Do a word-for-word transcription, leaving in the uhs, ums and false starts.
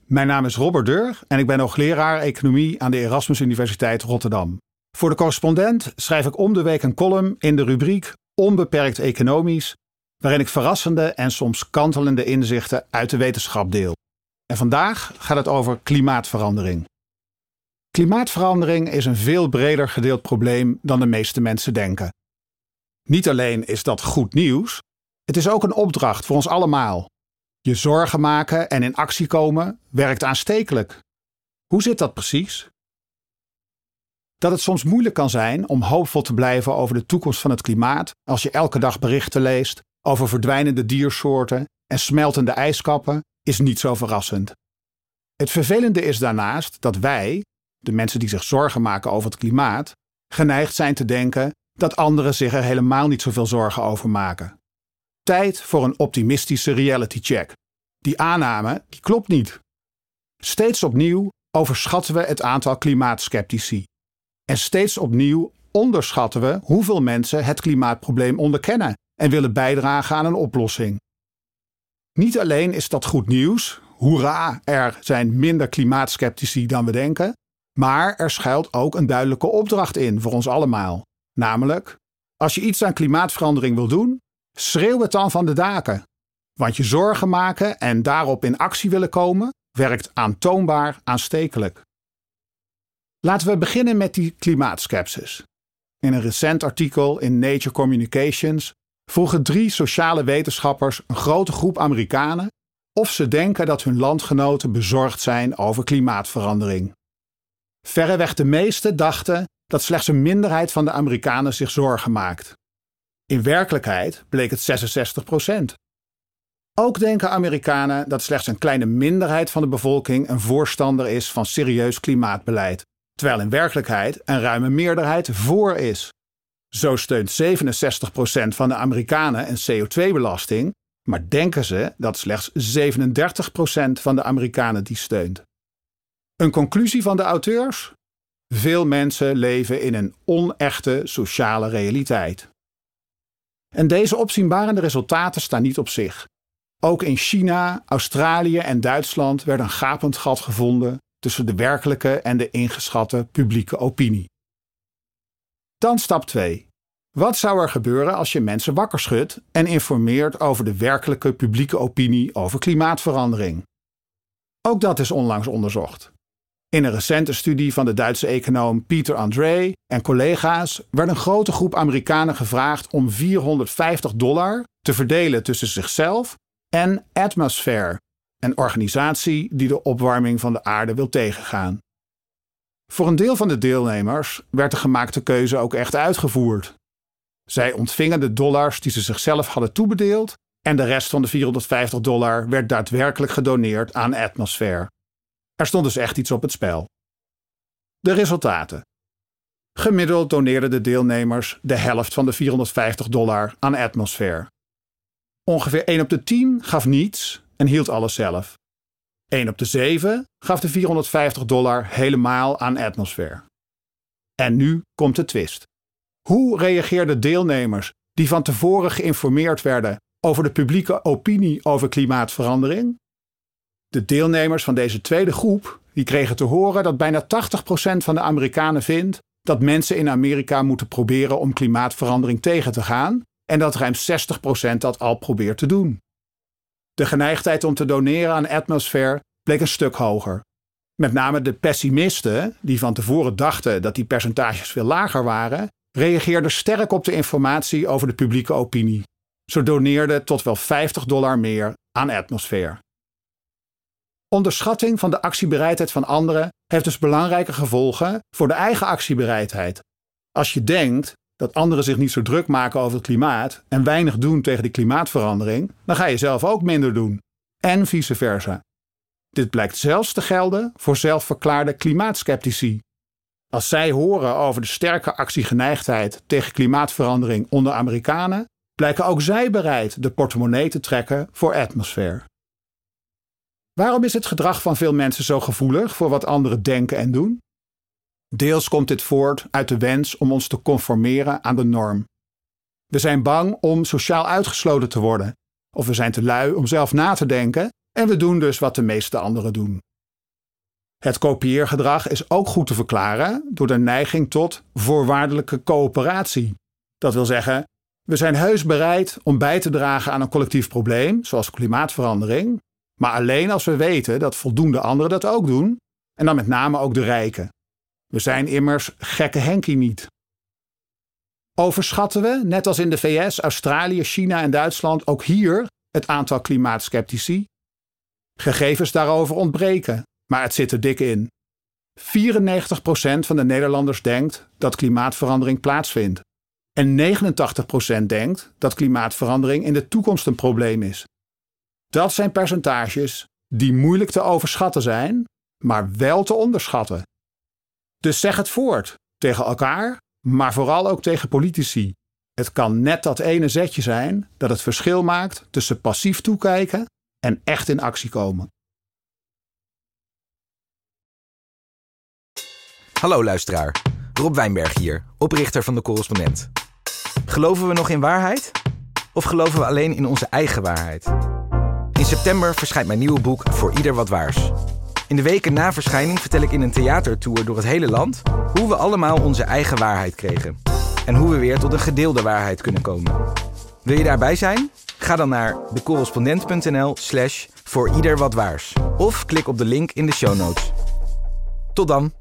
Mijn naam is Robert Deur en ik ben hoogleraar economie aan de Erasmus Universiteit Rotterdam. Voor de correspondent schrijf ik om de week een column in de rubriek Onbeperkt Economisch, waarin ik verrassende en soms kantelende inzichten uit de wetenschap deel. En vandaag gaat het over klimaatverandering. Klimaatverandering is een veel breder gedeeld probleem dan de meeste mensen denken. Niet alleen is dat goed nieuws, het is ook een opdracht voor ons allemaal. Je zorgen maken en in actie komen werkt aanstekelijk. Hoe zit dat precies? Dat het soms moeilijk kan zijn om hoopvol te blijven over de toekomst van het klimaat als je elke dag berichten leest over verdwijnende diersoorten en smeltende ijskappen, is niet zo verrassend. Het vervelende is daarnaast dat wij, de mensen die zich zorgen maken over het klimaat, geneigd zijn te denken dat anderen zich er helemaal niet zoveel zorgen over maken. Tijd voor een optimistische reality check. Die aanname, die klopt niet. Steeds opnieuw overschatten we het aantal klimaatskeptici. En steeds opnieuw onderschatten we hoeveel mensen het klimaatprobleem onderkennen en willen bijdragen aan een oplossing. Niet alleen is dat goed nieuws, hoera, er zijn minder klimaatskeptici dan we denken, maar er schuilt ook een duidelijke opdracht in voor ons allemaal. Namelijk, als je iets aan klimaatverandering wil doen, schreeuw het dan van de daken. Want je zorgen maken en daarop in actie willen komen, werkt aantoonbaar aanstekelijk. Laten we beginnen met die klimaatskepsis. In een recent artikel in Nature Communications vroegen drie sociale wetenschappers een grote groep Amerikanen of ze denken dat hun landgenoten bezorgd zijn over klimaatverandering. Verreweg de meesten dachten dat slechts een minderheid van de Amerikanen zich zorgen maakt. In werkelijkheid bleek het zesenzestig procent. Ook denken Amerikanen dat slechts een kleine minderheid van de bevolking een voorstander is van serieus klimaatbeleid, terwijl in werkelijkheid een ruime meerderheid voor is. Zo steunt zevenenzestig procent van de Amerikanen een C O twee belasting, maar denken ze dat slechts zevenendertig procent van de Amerikanen die steunt. Een conclusie van de auteurs? Veel mensen leven in een onechte sociale realiteit. En deze opzienbarende resultaten staan niet op zich. Ook in China, Australië en Duitsland werd een gapend gat gevonden tussen de werkelijke en de ingeschatte publieke opinie. Dan stap twee. Wat zou er gebeuren als je mensen wakker schudt en informeert over de werkelijke publieke opinie over klimaatverandering? Ook dat is onlangs onderzocht. In een recente studie van de Duitse econoom Peter Andre en collega's werd een grote groep Amerikanen gevraagd om vierhonderdvijftig dollar te verdelen tussen zichzelf en Atmosphere, een organisatie die de opwarming van de aarde wil tegengaan. Voor een deel van de deelnemers werd de gemaakte keuze ook echt uitgevoerd. Zij ontvingen de dollars die ze zichzelf hadden toebedeeld en de rest van de vierhonderdvijftig dollar werd daadwerkelijk gedoneerd aan Atmosphere. Er stond dus echt iets op het spel. De resultaten. Gemiddeld doneerden de deelnemers de helft van de vierhonderdvijftig dollar aan Atmosphere. Ongeveer één op de tien gaf niets en hield alles zelf. één op de zeven gaf de vierhonderdvijftig dollar helemaal aan Atmosphere. En nu komt de twist. Hoe reageerden deelnemers die van tevoren geïnformeerd werden over de publieke opinie over klimaatverandering? De deelnemers van deze tweede groep die kregen te horen dat bijna tachtig procent van de Amerikanen vindt dat mensen in Amerika moeten proberen om klimaatverandering tegen te gaan en dat ruim zestig procent dat al probeert te doen. De geneigdheid om te doneren aan Atmosphere bleek een stuk hoger. Met name de pessimisten, die van tevoren dachten dat die percentages veel lager waren, reageerden sterk op de informatie over de publieke opinie. Ze doneerden tot wel vijftig dollar meer aan Atmosphere. Onderschatting van de actiebereidheid van anderen heeft dus belangrijke gevolgen voor de eigen actiebereidheid. Als je denkt dat anderen zich niet zo druk maken over het klimaat en weinig doen tegen de klimaatverandering, dan ga je zelf ook minder doen. En vice versa. Dit blijkt zelfs te gelden voor zelfverklaarde klimaatskeptici. Als zij horen over de sterke actiegeneigdheid tegen klimaatverandering onder Amerikanen, blijken ook zij bereid de portemonnee te trekken voor Atmosphere. Waarom is het gedrag van veel mensen zo gevoelig voor wat anderen denken en doen? Deels komt dit voort uit de wens om ons te conformeren aan de norm. We zijn bang om sociaal uitgesloten te worden, of we zijn te lui om zelf na te denken en we doen dus wat de meeste anderen doen. Het kopieergedrag is ook goed te verklaren door de neiging tot voorwaardelijke coöperatie. Dat wil zeggen, we zijn heus bereid om bij te dragen aan een collectief probleem, zoals klimaatverandering, maar alleen als we weten dat voldoende anderen dat ook doen, en dan met name ook de rijken. We zijn immers gekke Henkie niet. Overschatten we, net als in de V S, Australië, China en Duitsland, ook hier het aantal klimaatskeptici? Gegevens daarover ontbreken, maar het zit er dik in. vierennegentig procent van de Nederlanders denkt dat klimaatverandering plaatsvindt. En negenentachtig procent denkt dat klimaatverandering in de toekomst een probleem is. Dat zijn percentages die moeilijk te overschatten zijn, maar wel te onderschatten. Dus zeg het voort, tegen elkaar, maar vooral ook tegen politici. Het kan net dat ene zetje zijn dat het verschil maakt tussen passief toekijken en echt in actie komen. Hallo luisteraar, Rob Wijnberg hier, oprichter van De Correspondent. Geloven we nog in waarheid? Of geloven we alleen in onze eigen waarheid? In september verschijnt mijn nieuwe boek Voor Ieder Wat Waars. In de weken na verschijning vertel ik in een theatertour door het hele land hoe we allemaal onze eigen waarheid kregen. En hoe we weer tot een gedeelde waarheid kunnen komen. Wil je daarbij zijn? Ga dan naar decorrespondent.nl slash voor ieder wat waars. Of klik op de link in de show notes. Tot dan!